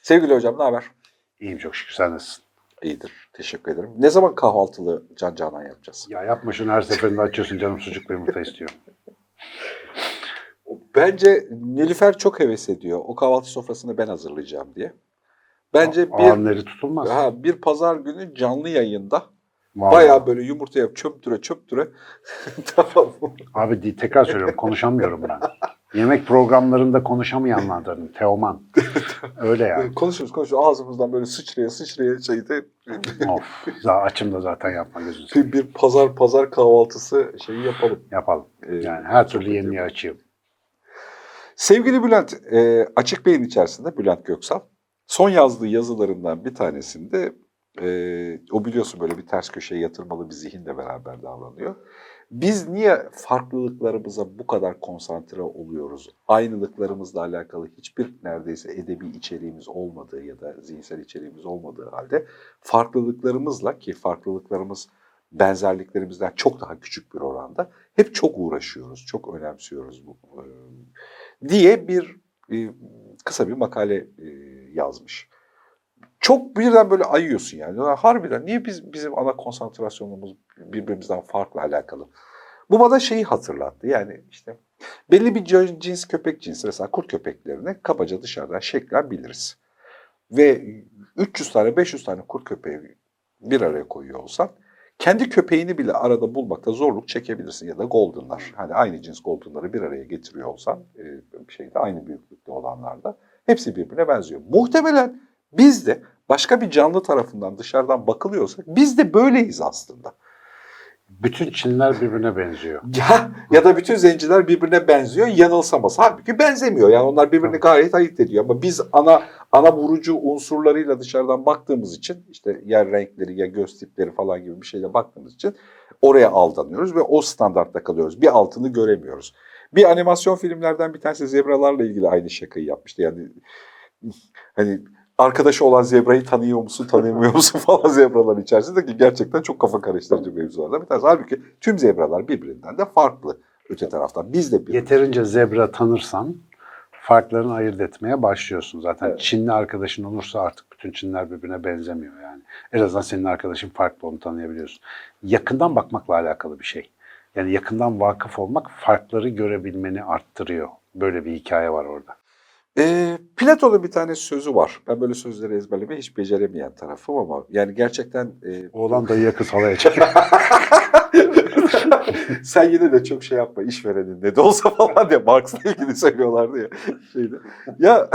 Sevgili hocam ne haber? İyiyim çok şükür, sen nasılsın? İyidir. Teşekkür ederim. Ne zaman kahvaltılı Can Canan yapacağız? Ya yapma şunu, her seferinde açıyorsun, canım sucuklu yumurta istiyor. Bence Nilüfer çok heves ediyor. O kahvaltı sofrasını ben hazırlayacağım diye. Bence Ağın tutulmaz. bir pazar günü canlı yayında Vallahi. bayağı böyle yumurta yap çöptüre tamam mı? Abi tekrar söylüyorum, konuşamıyorum ben. Yemek programlarında konuşamayanlardanım. Teoman. Öyle yani. Konuşuyoruz. Ağzımızdan böyle sıçraya şeyde Of. Açım da zaten, yapma gözünü seveyim. bir pazar kahvaltısı şeyi yapalım. Yapalım. Yani her türlü yeniyi açayım. Sevgili Bülent, Açık Beyin içerisinde Bülent Göksal, son yazdığı yazılarından bir tanesinde, o biliyorsun böyle bir ters köşeye yatırmalı bir zihinle beraber davranıyor. Biz niye farklılıklarımıza bu kadar konsantre oluyoruz? Aynılıklarımızla alakalı hiçbir neredeyse edebi içeriğimiz olmadığı ya da zihinsel içeriğimiz olmadığı halde farklılıklarımızla, ki farklılıklarımız benzerliklerimizden çok daha küçük bir oranda, hep çok uğraşıyoruz, çok önemsiyoruz bu diye kısa bir makale yazmış. Çok birden böyle ayıyorsun yani. Harbiden niye bizim ana konsantrasyonumuz birbirimizden farklı alakalı? Bu bana şeyi hatırlattı. Yani işte belli bir cins köpek cinsi, mesela kurt köpeklerini kabaca dışarıdan şeklen biliriz. Ve 300 tane 500 tane kurt köpeği bir araya koyuyor olsan kendi köpeğini bile arada bulmakta zorluk çekebilirsin, ya da goldenlar. Hani aynı cins goldenları bir araya getiriyor olsan aynı büyüklükte olanlarda hepsi birbirine benziyor. Muhtemelen biz de başka bir canlı tarafından dışarıdan bakılıyorsak biz de böyleyiz aslında. Bütün Çinler birbirine benziyor. Ya da bütün zenciler birbirine benziyor, yanılsaması. Halbuki benzemiyor. Yani onlar birbirini gayet ayırt ediyor. Ama biz ana vurucu unsurlarıyla dışarıdan baktığımız için, işte yer renkleri ya göz tipleri falan gibi bir şeyle baktığımız için oraya aldanıyoruz ve o standartta kalıyoruz. Bir altını göremiyoruz. Bir animasyon filmlerden bir tanesi zebralarla ilgili aynı şakayı yapmıştı. Yani hani arkadaşı olan zebrayı tanıyor musun, tanımıyor musun falan zebraların içerisinde, ki gerçekten çok kafa karıştırıcı mevzulardan bir tanesi. Halbuki tüm zebralar birbirinden de farklı öte taraftan. Biz de Yeterince zebra tanırsan farklarını ayırt etmeye başlıyorsun. Zaten evet. Çinli arkadaşın olursa artık bütün Çinler birbirine benzemiyor yani. En azından senin arkadaşın farklı, onu tanıyabiliyorsun. Yakından bakmakla alakalı bir şey. Yani yakından vakıf olmak farkları görebilmeni arttırıyor. Böyle bir hikaye var orada. Platon'un bir tane sözü var. Ben böyle sözleri ezberlemeyi hiç beceremeyen tarafım ama yani gerçekten... Oğlan dayıya kız halaya çekiyor. Sen yine de çok şey yapma, işverenin ne de olsa falan diye Marx'la ilgili söylüyorlardı ya. Ya,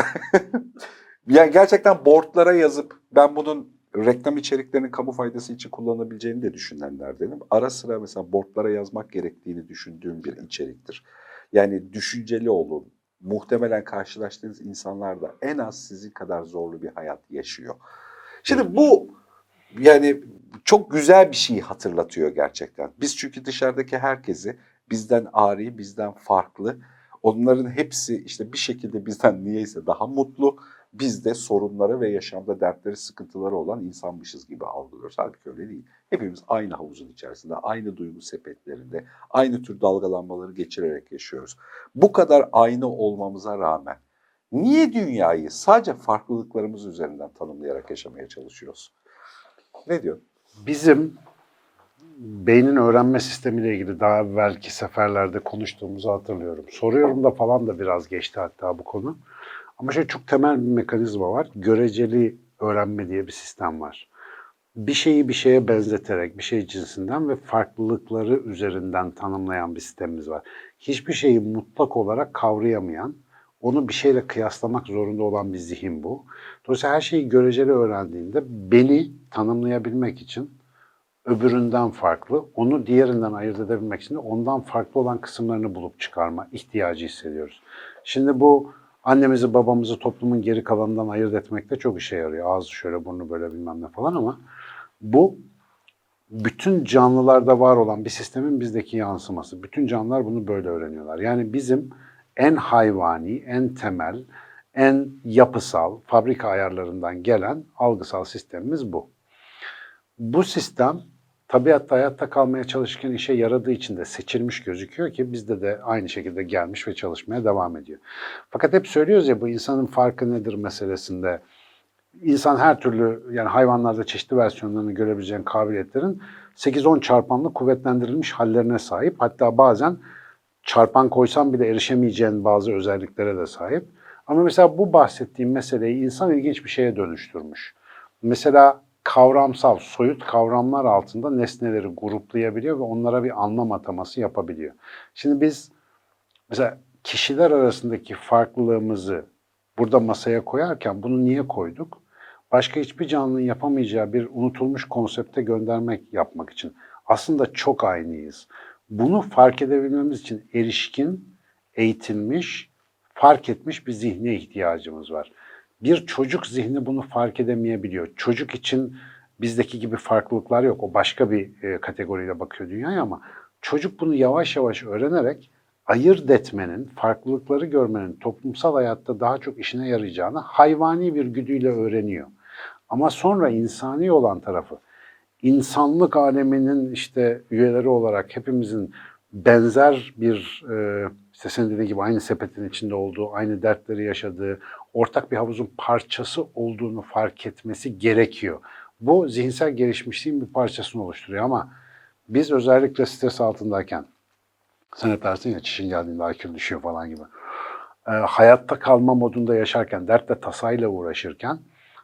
ya gerçekten boardlara yazıp ben bunun reklam içeriklerinin kamu faydası için kullanabileceğini de düşünenlerdenim. Ara sıra mesela boardlara yazmak gerektiğini düşündüğüm bir içeriktir. Yani düşünceli olun. Muhtemelen karşılaştığınız insanlar da en az sizin kadar zorlu bir hayat yaşıyor. Şimdi bu yani çok güzel bir şeyi hatırlatıyor gerçekten. Biz çünkü dışarıdaki herkesi bizden ari, bizden farklı, onların hepsi işte bir şekilde bizden niyeyse daha mutlu, biz de sorunları ve yaşamda dertleri, sıkıntıları olan insanmışız gibi algılıyoruz. Halbuki öyle değil. Hepimiz aynı havuzun içerisinde, aynı duygu sepetlerinde, aynı tür dalgalanmaları geçirerek yaşıyoruz. Bu kadar aynı olmamıza rağmen niye dünyayı sadece farklılıklarımız üzerinden tanımlayarak yaşamaya çalışıyoruz? Ne diyor? Bizim beynin öğrenme sistemiyle ilgili daha evvelki seferlerde konuştuğumuzu hatırlıyorum. Soruyorum da falan da biraz geçti hatta bu konu. Ama çok temel bir mekanizma var. Göreceli öğrenme diye bir sistem var. Bir şeyi bir şeye benzeterek, bir şey cinsinden ve farklılıkları üzerinden tanımlayan bir sistemimiz var. Hiçbir şeyi mutlak olarak kavrayamayan, onu bir şeyle kıyaslamak zorunda olan bir zihin bu. Dolayısıyla her şeyi göreceli öğrendiğinde beni tanımlayabilmek için öbüründen farklı, onu diğerinden ayırt edebilmek için de ondan farklı olan kısımlarını bulup çıkarma ihtiyacı hissediyoruz. Şimdi bu annemizi babamızı toplumun geri kalanından ayırt etmekte çok işe yarıyor. Ağzı şöyle, burnu böyle bilmem ne falan, ama bu bütün canlılarda var olan bir sistemin bizdeki yansıması. Bütün canlılar bunu böyle öğreniyorlar. Yani bizim en hayvani, en temel, en yapısal, fabrika ayarlarından gelen algısal sistemimiz bu. Bu sistem tabiatta hayatta kalmaya çalışırken işe yaradığı için de seçilmiş gözüküyor ki bizde de aynı şekilde gelmiş ve çalışmaya devam ediyor. Fakat hep söylüyoruz ya, bu insanın farkı nedir meselesinde İnsan her türlü, yani hayvanlarda çeşitli versiyonlarını görebileceğin kabiliyetlerin 8-10 çarpanlı kuvvetlendirilmiş hallerine sahip. Hatta bazen çarpan koysan bile erişemeyeceğin bazı özelliklere de sahip. Ama mesela bu bahsettiğim meseleyi insan ilginç bir şeye dönüştürmüş. Mesela kavramsal, soyut kavramlar altında nesneleri gruplayabiliyor ve onlara bir anlam ataması yapabiliyor. Şimdi biz mesela kişiler arasındaki farklılığımızı burada masaya koyarken bunu niye koyduk? Başka hiçbir canlının yapamayacağı bir unutulmuş konsepte göndermek yapmak için. Aslında çok aynıyız. Bunu fark edebilmemiz için erişkin, eğitilmiş, fark etmiş bir zihne ihtiyacımız var. Bir çocuk zihni bunu fark edemeyebiliyor. Çocuk için bizdeki gibi farklılıklar yok. O başka bir kategoriyle bakıyor dünyaya ama çocuk bunu yavaş yavaş öğrenerek ayırt etmenin, farklılıkları görmenin toplumsal hayatta daha çok işine yarayacağını hayvani bir güdüyle öğreniyor. Ama sonra insani olan tarafı, insanlık aleminin işte üyeleri olarak hepimizin benzer bir, işte senin dediğin gibi aynı sepetin içinde olduğu, aynı dertleri yaşadığı, ortak bir havuzun parçası olduğunu fark etmesi gerekiyor. Bu zihinsel gelişmişliğin bir parçasını oluşturuyor ama biz özellikle stres altındayken, sen hep dersin ya çişin geldiğinde IQ düşüyor falan gibi. Hayatta kalma modunda yaşarken, dertle tasayla uğraşırken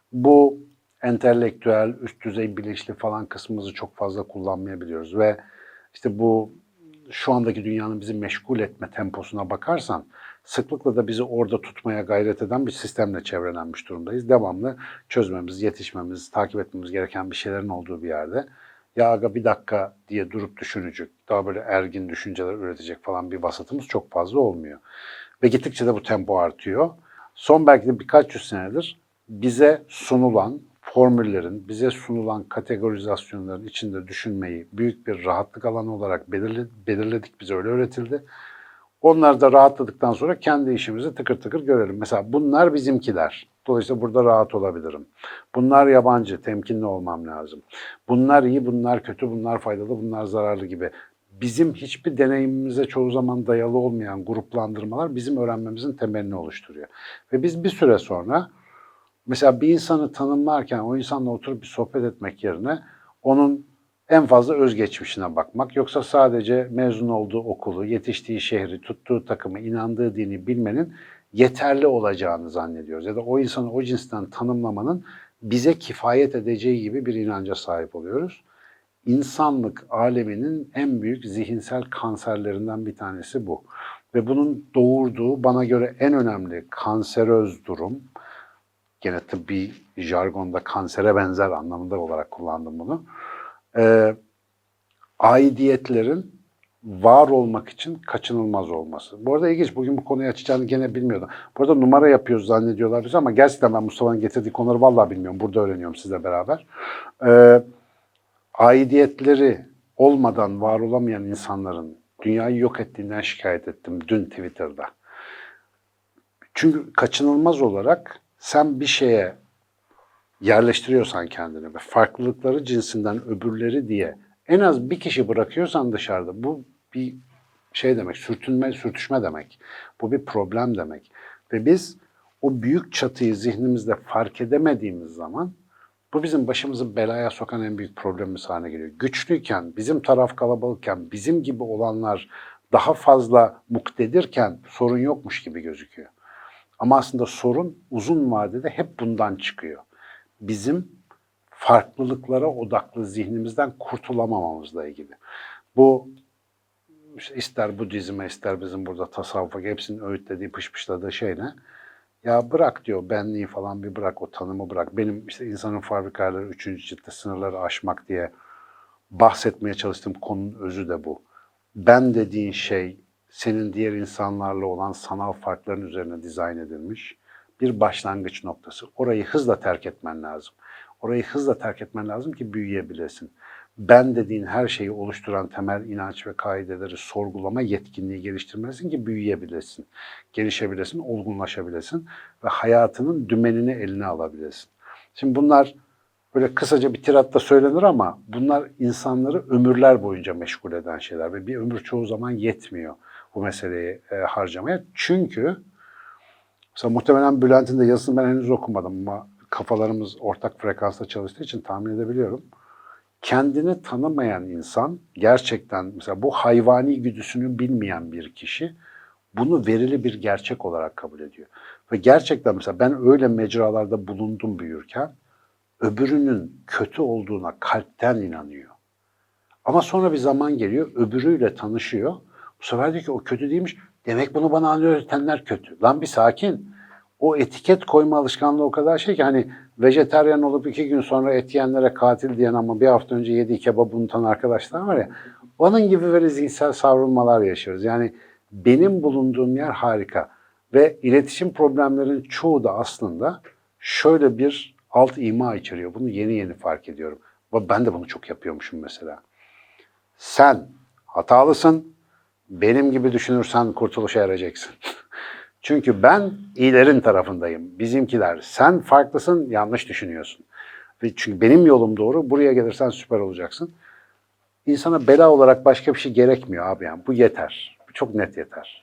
bu entelektüel, üst düzey bilinçli falan kısmımızı çok fazla kullanmayabiliyoruz ve işte bu şu andaki dünyanın bizi meşgul etme temposuna bakarsan sıklıkla da bizi orada tutmaya gayret eden bir sistemle çevrelenmiş durumdayız. Devamlı çözmemiz, yetişmemiz, takip etmemiz gereken bir şeylerin olduğu bir yerde ya aga bir dakika diye durup düşünecek, daha böyle ergin düşünceler üretecek falan bir vasatımız çok fazla olmuyor. Ve gittikçe de bu tempo artıyor. Son belki de birkaç yüz senedir bize sunulan formüllerin, bize sunulan kategorizasyonların içinde düşünmeyi büyük bir rahatlık alanı olarak belirledik, bize öyle öğretildi. Onlar da rahatladıktan sonra kendi işimizi tıkır tıkır görelim. Mesela bunlar bizimkiler. Dolayısıyla burada rahat olabilirim. Bunlar yabancı, temkinli olmam lazım. Bunlar iyi, bunlar kötü, bunlar faydalı, bunlar zararlı gibi. Bizim hiçbir deneyimimize çoğu zaman dayalı olmayan gruplandırmalar bizim öğrenmemizin temelini oluşturuyor. Ve biz bir süre sonra mesela bir insanı tanımlarken o insanla oturup bir sohbet etmek yerine onun en fazla özgeçmişine bakmak, yoksa sadece mezun olduğu okulu, yetiştiği şehri, tuttuğu takımı, inandığı dini bilmenin yeterli olacağını zannediyoruz. Ya da o insanı o cinsten tanımlamanın bize kifayet edeceği gibi bir inanca sahip oluyoruz. İnsanlık aleminin en büyük zihinsel kanserlerinden bir tanesi bu. Ve bunun doğurduğu bana göre en önemli kanseröz durum, gene tıbbi jargonda kansere benzer anlamında olarak kullandım bunu. Aidiyetlerin var olmak için kaçınılmaz olması. Bu arada ilginç, bugün bu konuyu açacağını gene bilmiyordum. Bu arada numara yapıyoruz zannediyorlar bizi ama gerçekten ben Mustafa'nın getirdiği konuları vallahi bilmiyorum. Burada öğreniyorum sizle beraber. Aidiyetleri olmadan var olamayan insanların dünyayı yok ettiğinden şikayet ettim dün Twitter'da. Çünkü kaçınılmaz olarak sen bir şeye yerleştiriyorsan kendini ve farklılıkları cinsinden öbürleri diye en az bir kişi bırakıyorsan dışarıda, bu bir şey demek, sürtüşme demek. Bu bir problem demek. Ve biz o büyük çatıyı zihnimizde fark edemediğimiz zaman bu bizim başımızı belaya sokan en büyük problemimiz haline geliyor. Güçlüyken, bizim taraf kalabalıkken, bizim gibi olanlar daha fazla muktedirken sorun yokmuş gibi gözüküyor. Ama aslında sorun uzun vadede hep bundan çıkıyor. Bizim farklılıklara odaklı zihnimizden kurtulamamamızla ilgili. Bu işte ister Budizm'e ister bizim burada tasavvufa hepsinin öğütlediği, pışpışladığı şey ne? Ya bırak diyor, benliği falan bir bırak, o tanımı bırak. Benim işte insanın fabrikaları 3. ciltte sınırları aşmak diye bahsetmeye çalıştığım konunun özü de bu. Ben dediğin şey senin diğer insanlarla olan sanal farkların üzerine dizayn edilmiş bir başlangıç noktası. Orayı hızla terk etmen lazım. Orayı hızla terk etmen lazım ki büyüyebilesin. Ben dediğin her şeyi oluşturan temel inanç ve kaideleri sorgulama yetkinliği geliştirmelisin ki büyüyebilesin, gelişebilesin, olgunlaşabilesin ve hayatının dümenini eline alabilesin. Şimdi bunlar böyle kısaca bir tiratta söylenir ama bunlar insanları ömürler boyunca meşgul eden şeyler ve bir ömür çoğu zaman yetmiyor bu meseleyi harcamaya. Çünkü mesela muhtemelen Bülent'in de yazısını ben henüz okumadım ama kafalarımız ortak frekansta çalıştığı için tahmin edebiliyorum. Kendini tanımayan insan gerçekten mesela bu hayvani güdüsünü bilmeyen bir kişi bunu verili bir gerçek olarak kabul ediyor. Ve gerçekten mesela ben öyle mecralarda bulundum büyürken öbürünün kötü olduğuna kalpten inanıyor. Ama sonra bir zaman geliyor, öbürüyle tanışıyor. Bu sefer diyor ki o kötü değilmiş. Demek bunu bana öğretenler kötü. Lan bir sakin. O etiket koyma alışkanlığı o kadar şey ki hani vejetaryen olup 2 gün sonra et yiyenlere katil diyen ama bir hafta önce yediği kebabı unutan arkadaşlar var ya. Onun gibi böyle zihinsel savrulmalar yaşıyoruz. Yani benim bulunduğum yer harika. Ve iletişim problemlerinin çoğu da aslında şöyle bir alt ima içeriyor. Bunu yeni yeni fark ediyorum. Ben de bunu çok yapıyormuşum mesela. Sen hatalısın, benim gibi düşünürsen kurtuluşa ereceksin. Çünkü ben iyilerin tarafındayım. Bizimkiler sen farklısın, yanlış düşünüyorsun. Ve çünkü benim yolum doğru, buraya gelirsen süper olacaksın. İnsana bela olarak başka bir şey gerekmiyor abi yani. Bu yeter. Bu çok net yeter.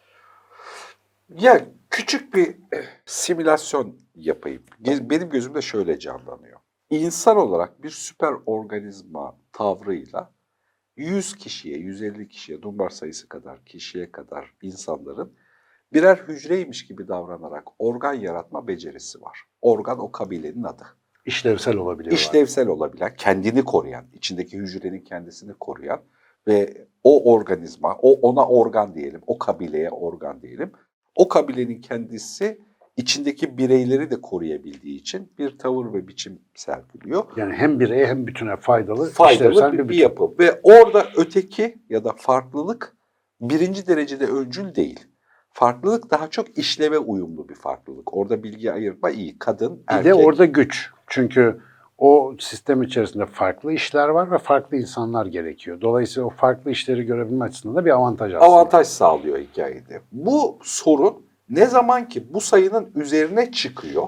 Ya küçük bir simülasyon yapayım. Benim gözümde şöyle canlanıyor. İnsan olarak bir süper organizma tavrıyla 100 kişiye, 150 kişiye, Dunbar sayısı kadar kişiye kadar insanların birer hücreymiş gibi davranarak organ yaratma becerisi var. Organ o kabilenin adı. İşlevsel olabiliyorlar. İşlevsel olabilen, kendini koruyan, içindeki hücrenin kendisini koruyan ve o organizma, ona organ diyelim, o kabileye organ diyelim. O kabilenin kendisi içindeki bireyleri de koruyabildiği için bir tavır ve biçim sergiliyor. Yani hem bireye hem bütüne faydalı Faydalı bir yapı. Ve orada öteki ya da farklılık birinci derecede öncül değil. Farklılık daha çok işleve uyumlu bir farklılık. Orada bilgi ayırma iyi. Kadın, erkek. Bir de orada güç. Çünkü o sistem içerisinde farklı işler var ve farklı insanlar gerekiyor. Dolayısıyla o farklı işleri görebilme açısından da bir avantaj aslında. Avantaj sağlıyor hikayede. Bu sorun ne zaman ki bu sayının üzerine çıkıyor,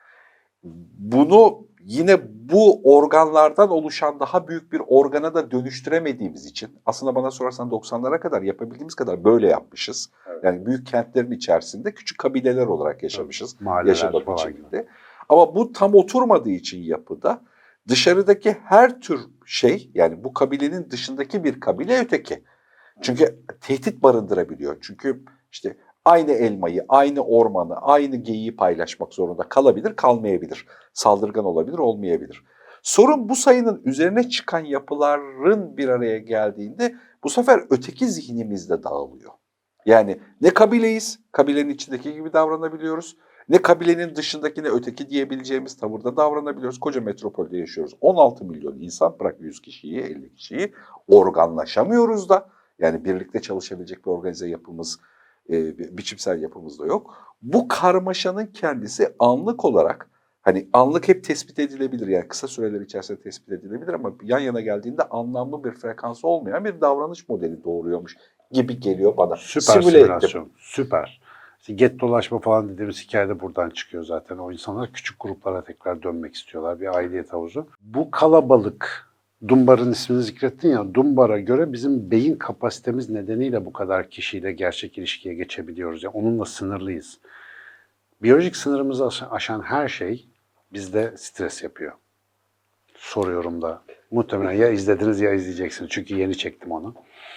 bunu yine bu organlardan oluşan daha büyük bir organa da dönüştüremediğimiz için aslında bana sorarsan 90'lara kadar yapabildiğimiz kadar böyle yapmışız. Evet. Yani büyük kentlerin içerisinde küçük kabileler olarak yaşamışız. Mahalleler yaşama falan biçiminde. Gibi. Ama bu tam oturmadığı için yapıda dışarıdaki her tür şey yani bu kabilenin dışındaki bir kabile öteki. Çünkü tehdit barındırabiliyor. Çünkü işte aynı elmayı, aynı ormanı, aynı geyiği paylaşmak zorunda kalabilir, kalmayabilir. Saldırgan olabilir, olmayabilir. Sorun bu sayının üzerine çıkan yapıların bir araya geldiğinde bu sefer öteki zihnimizde dağılıyor. Yani ne kabileyiz, kabilenin içindeki gibi davranabiliyoruz. Ne kabilenin dışındakine öteki diyebileceğimiz tavırda davranabiliyoruz. Koca metropolde yaşıyoruz. 16 milyon insan, bırak 100 kişiyi, 50 kişiyi organlaşamıyoruz da. Yani birlikte çalışabilecek bir organize yapımız, biçimsel yapımız da yok. Bu karmaşanın kendisi anlık olarak, hani anlık hep tespit edilebilir yani kısa süreler içerisinde tespit edilebilir ama yan yana geldiğinde anlamlı bir frekansı olmayan bir davranış modeli doğuruyormuş gibi geliyor bana. Süper simülasyon, süper. İşte get dolaşma falan dediğimiz hikaye de buradan çıkıyor zaten. O insanlar küçük gruplara tekrar dönmek istiyorlar. Bir aidiyet havuzu. Bu kalabalık, Dunbar'ın ismini zikrettin ya, Dunbar'a göre bizim beyin kapasitemiz nedeniyle bu kadar kişiyle gerçek ilişkiye geçebiliyoruz. Yani onunla sınırlıyız. Biyolojik sınırımızı aşan her şey bizde stres yapıyor. Soruyorum da. Muhtemelen ya izlediniz ya izleyeceksiniz. Çünkü yeni çektim onu.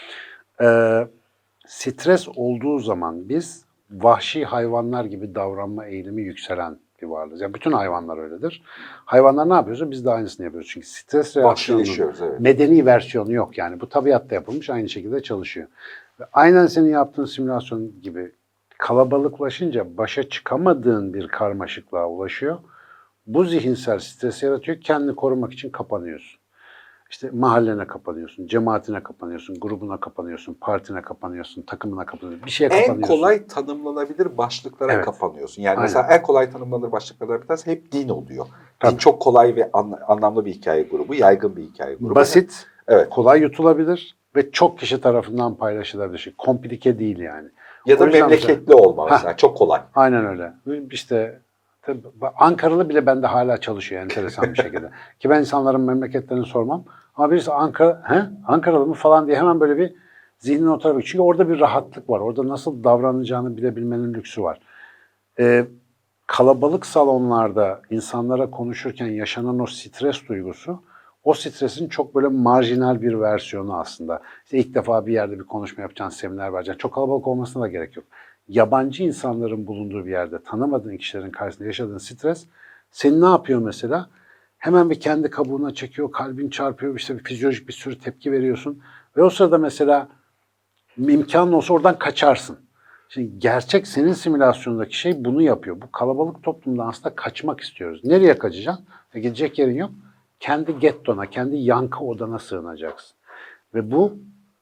Stres olduğu zaman biz vahşi hayvanlar gibi davranma eğilimi yükselen bir varlığız. Yani bütün hayvanlar öyledir. Hayvanlar ne yapıyorsa biz de aynısını yapıyoruz. Çünkü stres reaksiyonunun evet. Medeni versiyonu yok yani. Bu tabiatta yapılmış, aynı şekilde çalışıyor. Ve aynen senin yaptığın simülasyon gibi kalabalıklaşınca başa çıkamadığın bir karmaşıklığa ulaşıyor. Bu zihinsel stres yaratıyor. Kendini korumak için kapanıyorsun. İşte mahallene kapanıyorsun, cemaatine kapanıyorsun, grubuna kapanıyorsun, partine kapanıyorsun, takımına kapanıyorsun, bir şeye kapanıyorsun. En kolay tanımlanabilir başlıklara kapanıyorsun. Yani mesela en kolay tanımlanır başlıklardan bir tanesi hep din oluyor. Tabii. Din çok kolay ve anlamlı bir hikaye grubu, yaygın bir hikaye grubu. Basit, kolay yutulabilir ve çok kişi tarafından paylaşılabilir. Komplike değil yani. Ya da memleketli olma mesela, çok kolay. Aynen öyle. İşte Ankaralı bile bende hala çalışıyor enteresan bir şekilde. Ki ben insanların memleketlerini sormam. Ama birisi Ankaralı mı falan diye hemen böyle bir zihnin o tarafa. Çünkü orada bir rahatlık var. Orada nasıl davranacağını bilebilmenin lüksü var. kalabalık salonlarda insanlara konuşurken yaşanan o stres duygusu, o stresin çok böyle marjinal bir versiyonu aslında. İşte ilk defa bir yerde bir konuşma yapacaksın, seminer vereceksin. Çok kalabalık olmasına da gerek yok. Yabancı insanların bulunduğu bir yerde, tanımadığın kişilerin karşısında yaşadığın stres, seni ne yapıyor mesela? Hemen bir kendi kabuğuna çekiyor, kalbin çarpıyor, işte bir fizyolojik bir sürü tepki veriyorsun. Ve o sırada mesela imkanın olsa oradan kaçarsın. Şimdi gerçek senin simülasyondaki şey bunu yapıyor. Bu kalabalık toplumdan aslında kaçmak istiyoruz. Nereye kaçacaksın? Gidecek yerin yok. Kendi gettona, kendi yankı odana sığınacaksın. Ve bu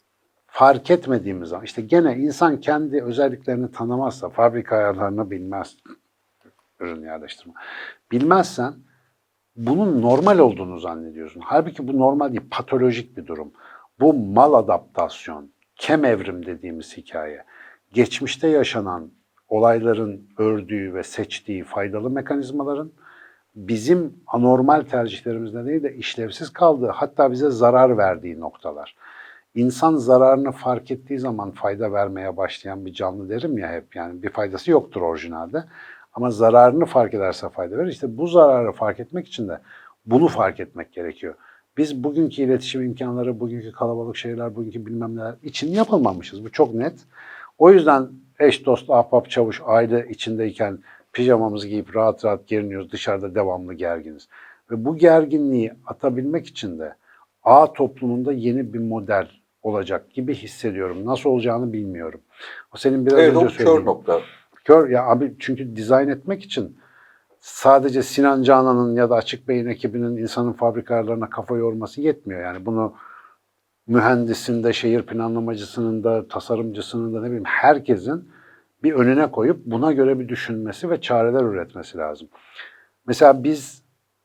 fark etmediğimiz zaman, işte gene insan kendi özelliklerini tanımazsa, fabrika ayarlarını bilmez, ürün yerleştirme. Bilmezsen bunun normal olduğunu zannediyorsun. Halbuki bu normal değil, patolojik bir durum. Bu mal adaptasyon, kem evrim dediğimiz hikaye. Geçmişte yaşanan olayların ördüğü ve seçtiği faydalı mekanizmaların bizim anormal tercihlerimiz nedeniyle işlevsiz kaldığı, hatta bize zarar verdiği noktalar. İnsan zararını fark ettiği zaman fayda vermeye başlayan bir canlı derim ya hep. Yani bir faydası yoktur orijinalde. Ama zararını fark ederse fayda verir. İşte bu zararı fark etmek için de bunu fark etmek gerekiyor. Biz bugünkü iletişim imkanları, bugünkü kalabalık şeyler, bugünkü bilmem neler için yapılmamışız. Bu çok net. O yüzden eş, dost, ahbap, çavuş, aile içindeyken pijamamızı giyip rahat rahat geriniyoruz. Dışarıda devamlı gerginiz. Ve bu gerginliği atabilmek için de A toplumunda yeni bir model olacak gibi hissediyorum. Nasıl olacağını bilmiyorum. O senin biraz Evet, önce o söylediğin. kör nokta. Kör ya abi, çünkü dizayn etmek için sadece Sinan Canan'ın ya da Açık Bey'in ekibinin insanın fabrikalarına kafa yorması yetmiyor. Yani bunu mühendisinde, şehir planlamacısının da, tasarımcısının da, ne bileyim, herkesin bir önüne koyup buna göre bir düşünmesi ve çareler üretmesi lazım. Mesela biz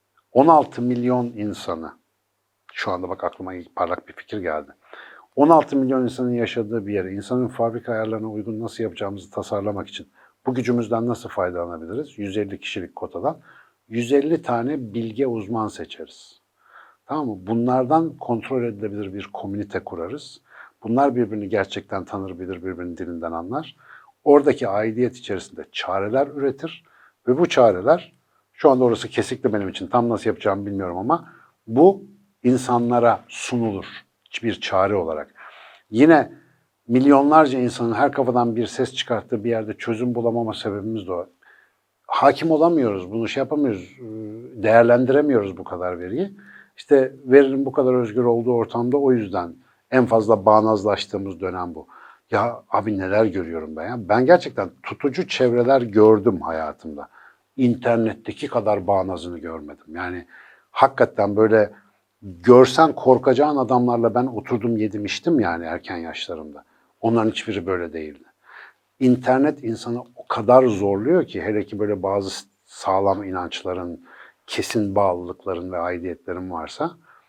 16 milyon insanı, şu anda bak aklıma ilk parlak bir fikir geldi. 16 milyon insanın yaşadığı bir yere, insanın fabrika ayarlarına uygun nasıl yapacağımızı tasarlamak için bu gücümüzden nasıl faydalanabiliriz? 150 kişilik kotadan 150 tane bilge uzman seçeriz. Tamam mı? Bunlardan kontrol edilebilir bir komünite kurarız. Bunlar birbirini gerçekten tanır, bilir, birbirinin dilinden anlar. Oradaki aidiyet içerisinde çareler üretir ve bu çareler, şu anda orası kesikli benim için, tam nasıl yapacağımı bilmiyorum ama bu insanlara sunulur bir çare olarak. Yine milyonlarca insanın her kafadan bir ses çıkarttığı bir yerde çözüm bulamama sebebimiz de o. Hakim olamıyoruz, bunu şey yapamıyoruz, değerlendiremiyoruz bu kadar veriyi. İşte verinin bu kadar özgür olduğu ortamda o yüzden en fazla bağnazlaştığımız dönem bu. Ya abi neler görüyorum ben ya. Ben gerçekten tutucu çevreler gördüm hayatımda. İnternetteki kadar bağnazını görmedim. Yani hakikaten böyle görsen korkacağın adamlarla ben oturdum yedim içtim yani erken yaşlarımda. Onların hiçbiri böyle değildi. İnternet insanı o kadar zorluyor ki, hele ki böyle bazı sağlam inançların, kesin bağlılıkların ve aidiyetlerin varsa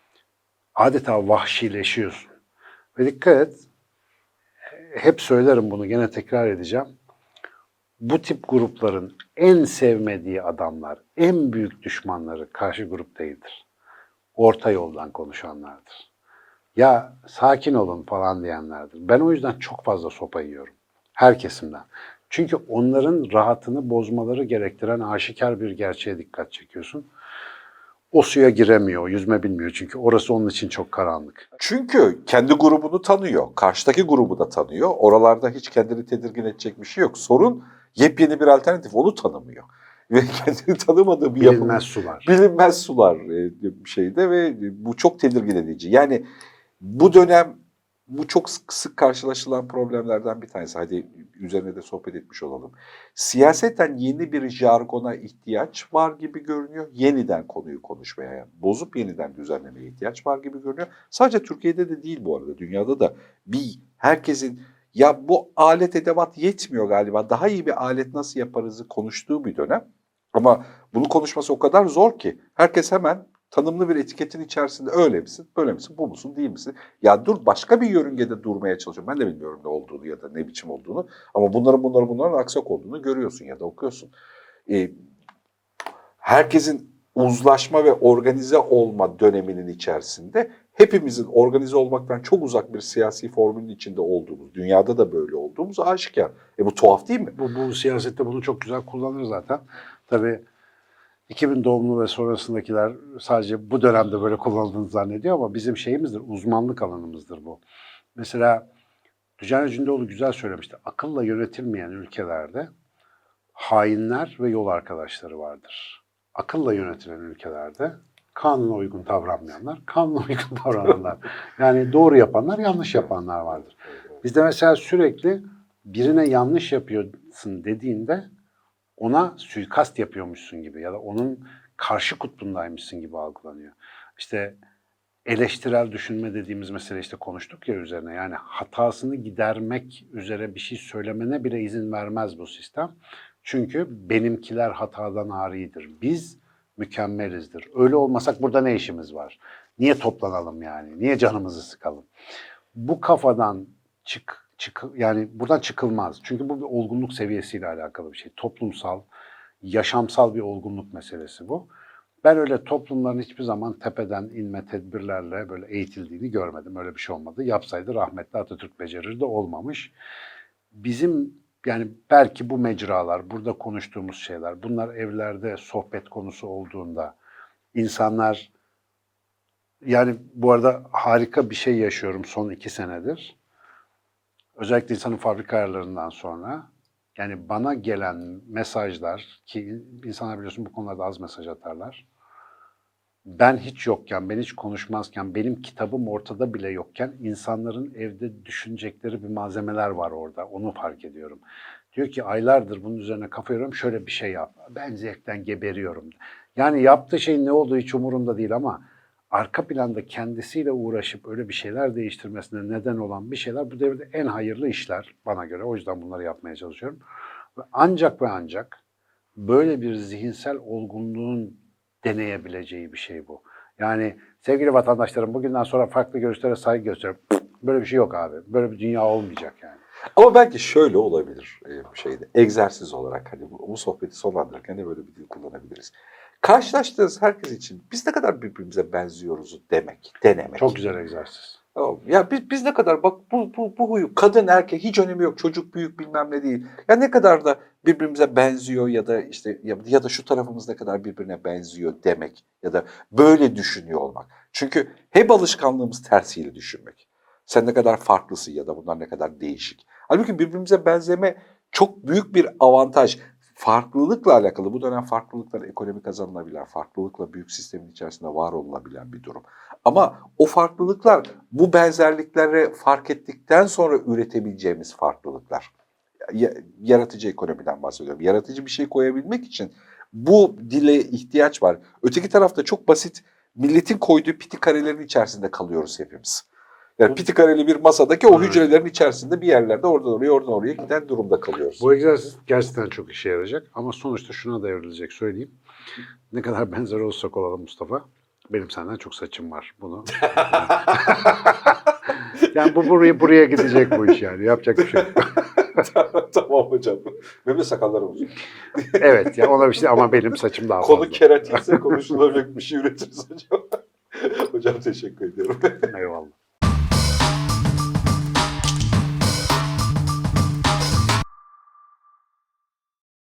adeta vahşileşiyorsun. Ve dikkat et, hep söylerim bunu, gene tekrar edeceğim. Bu tip grupların en sevmediği adamlar, en büyük düşmanları karşı grup değildir. Orta yoldan konuşanlardır. Ya sakin olun falan diyenlerdir. Ben o yüzden çok fazla sopa yiyorum. Her kesimden. Çünkü onların rahatını bozmaları gerektiren aşikar bir gerçeğe dikkat çekiyorsun. O suya giremiyor, yüzme bilmiyor çünkü orası onun için çok karanlık. Çünkü kendi grubunu tanıyor, karşıdaki grubu da tanıyor. Oralarda hiç kendini tedirgin edecek bir şey yok. Sorun yepyeni bir alternatif, onu tanımıyor. Ve kendini tanımadığı bir Bilinmez sular. bilinmez sular şeyde ve bu çok tedirgin edici. Yani bu dönem bu çok sık karşılaşılan problemlerden bir tanesi. Hadi üzerine de sohbet etmiş olalım. Siyaseten yeni bir jargona ihtiyaç var gibi görünüyor. Yeniden konuyu konuşmaya, yani bozup yeniden düzenlemeye ihtiyaç var gibi görünüyor. Sadece Türkiye'de de değil bu arada. Dünyada da herkesin ya bu alet edevat yetmiyor galiba, daha iyi bir alet nasıl yaparızı konuştuğu bir dönem. Ama bunu konuşması o kadar zor ki herkes hemen tanımlı bir etiketin içerisinde öyle misin, böyle misin, bu musun, değil misin? Ya dur, başka bir yörüngede durmaya çalışıyorum. Ben de bilmiyorum ne olduğunu ya da ne biçim olduğunu. Ama bunların aksak olduğunu görüyorsun ya da okuyorsun. Herkesin uzlaşma ve organize olma döneminin içerisinde hepimizin organize olmaktan çok uzak bir siyasi formülün içinde olduğumuz, dünyada da böyle olduğumuz aşikar. Bu tuhaf değil mi? Bu siyasette bunu çok güzel kullanır zaten. Tabii 2000 doğumlu ve sonrasındakiler sadece bu dönemde böyle kullanıldığını zannediyor ama bizim şeyimizdir, uzmanlık alanımızdır bu. Mesela Dücan Cündoğlu güzel söylemişti. Akılla yönetilmeyen ülkelerde hainler ve yol arkadaşları vardır. Akılla yönetilen ülkelerde kanuna uygun davranmayanlar, kanuna uygun davrananlar. Yani doğru yapanlar, yanlış yapanlar vardır. Bizde mesela sürekli birine yanlış yapıyorsun dediğinde ona suikast yapıyormuşsun gibi ya da onun karşı kutbundaymışsın gibi algılanıyor. İşte eleştirel düşünme dediğimiz mesele işte konuştuk ya üzerine. Yani hatasını gidermek üzere bir şey söylemene bile izin vermez bu sistem. Çünkü benimkiler hatadan aridir. Biz mükemmelizdir. Öyle olmasak burada ne işimiz var? Niye toplanalım yani? Niye canımızı sıkalım? Bu kafadan yani buradan çıkılmaz. Çünkü bu bir olgunluk seviyesiyle alakalı bir şey. Toplumsal, yaşamsal bir olgunluk meselesi bu. Ben öyle toplumların hiçbir zaman tepeden inme tedbirlerle böyle eğitildiğini görmedim. Öyle bir şey olmadı. Yapsaydı rahmetli Atatürk becerirdi, olmamış. Bizim yani belki bu mecralar, burada konuştuğumuz şeyler, bunlar evlerde sohbet konusu olduğunda insanlar, yani bu arada harika bir şey yaşıyorum son 2 senedir. Özellikle insanın fabrika ayarlarından sonra yani bana gelen mesajlar ki insanlar biliyorsun bu konularda az mesaj atarlar. Ben hiç yokken, ben hiç konuşmazken, benim kitabım ortada bile yokken insanların evde düşünecekleri bir malzemeler var orada. Onu fark ediyorum. Diyor ki aylardır bunun üzerine kafa yoruyorum, şöyle bir şey yap. Ben zevkten geberiyorum. Yani yaptığı şeyin ne olduğu hiç umurumda değil ama arka planda kendisiyle uğraşıp öyle bir şeyler değiştirmesine neden olan bir şeyler bu devirde en hayırlı işler bana göre. O yüzden bunları yapmaya çalışıyorum. Ve ancak böyle bir zihinsel olgunluğun deneyebileceği bir şey bu. Yani sevgili vatandaşlarım bugünden sonra farklı görüşlere saygı gösteriyorum. Böyle bir şey yok abi. Böyle bir dünya olmayacak yani. Ama belki şöyle olabilir bu şeyde. Egzersiz olarak hani bu sohbeti sonlandırırken de böyle bir dil kullanabiliriz. Karşılaştığınız herkes için biz ne kadar birbirimize benziyoruz denemek. Çok güzel egzersiz. Tamam. Ya biz ne kadar bak bu huyu kadın erkek hiç önemi yok, çocuk büyük bilmem ne değil. Ya ne kadar da birbirimize benziyor ya da işte ya da şu tarafımız ne kadar birbirine benziyor demek ya da böyle düşünüyor olmak. Çünkü hep alışkanlığımız tersiyle düşünmek. Sen ne kadar farklısın ya da bunlar ne kadar değişik. Halbuki birbirimize benzeme çok büyük bir avantaj. Farklılıkla alakalı, bu dönem farklılıklar ekonomi kazanılabilen, farklılıkla büyük sistemin içerisinde var olunabilen bir durum. Ama o farklılıklar bu benzerlikleri fark ettikten sonra üretebileceğimiz farklılıklar. Yaratıcı ekonomiden bahsediyorum. Yaratıcı bir şey koyabilmek için bu dile ihtiyaç var. Öteki tarafta çok basit milletin koyduğu piti karelerin içerisinde kalıyoruz hepimiz. Yani piti kareli bir masadaki o hücrelerin içerisinde bir yerlerde oradan oraya giden durumda kalıyoruz. Bu egzersiz gerçekten çok işe yarayacak ama sonuçta şuna da evrilecek söyleyeyim. Ne kadar benzer olsak olalım Mustafa. Benim senden çok saçım var. Bunu. Yani bu buraya gidecek bu iş yani. Yapacak bir şey yok. Tamam hocam. Benim de sakallarım uzun. Evet ya ona bir şey ama benim saçım daha fazla. Konu keratinse konuşulabilecek bir şey üretiriz hocam. Hocam teşekkür ediyorum. Eyvallah.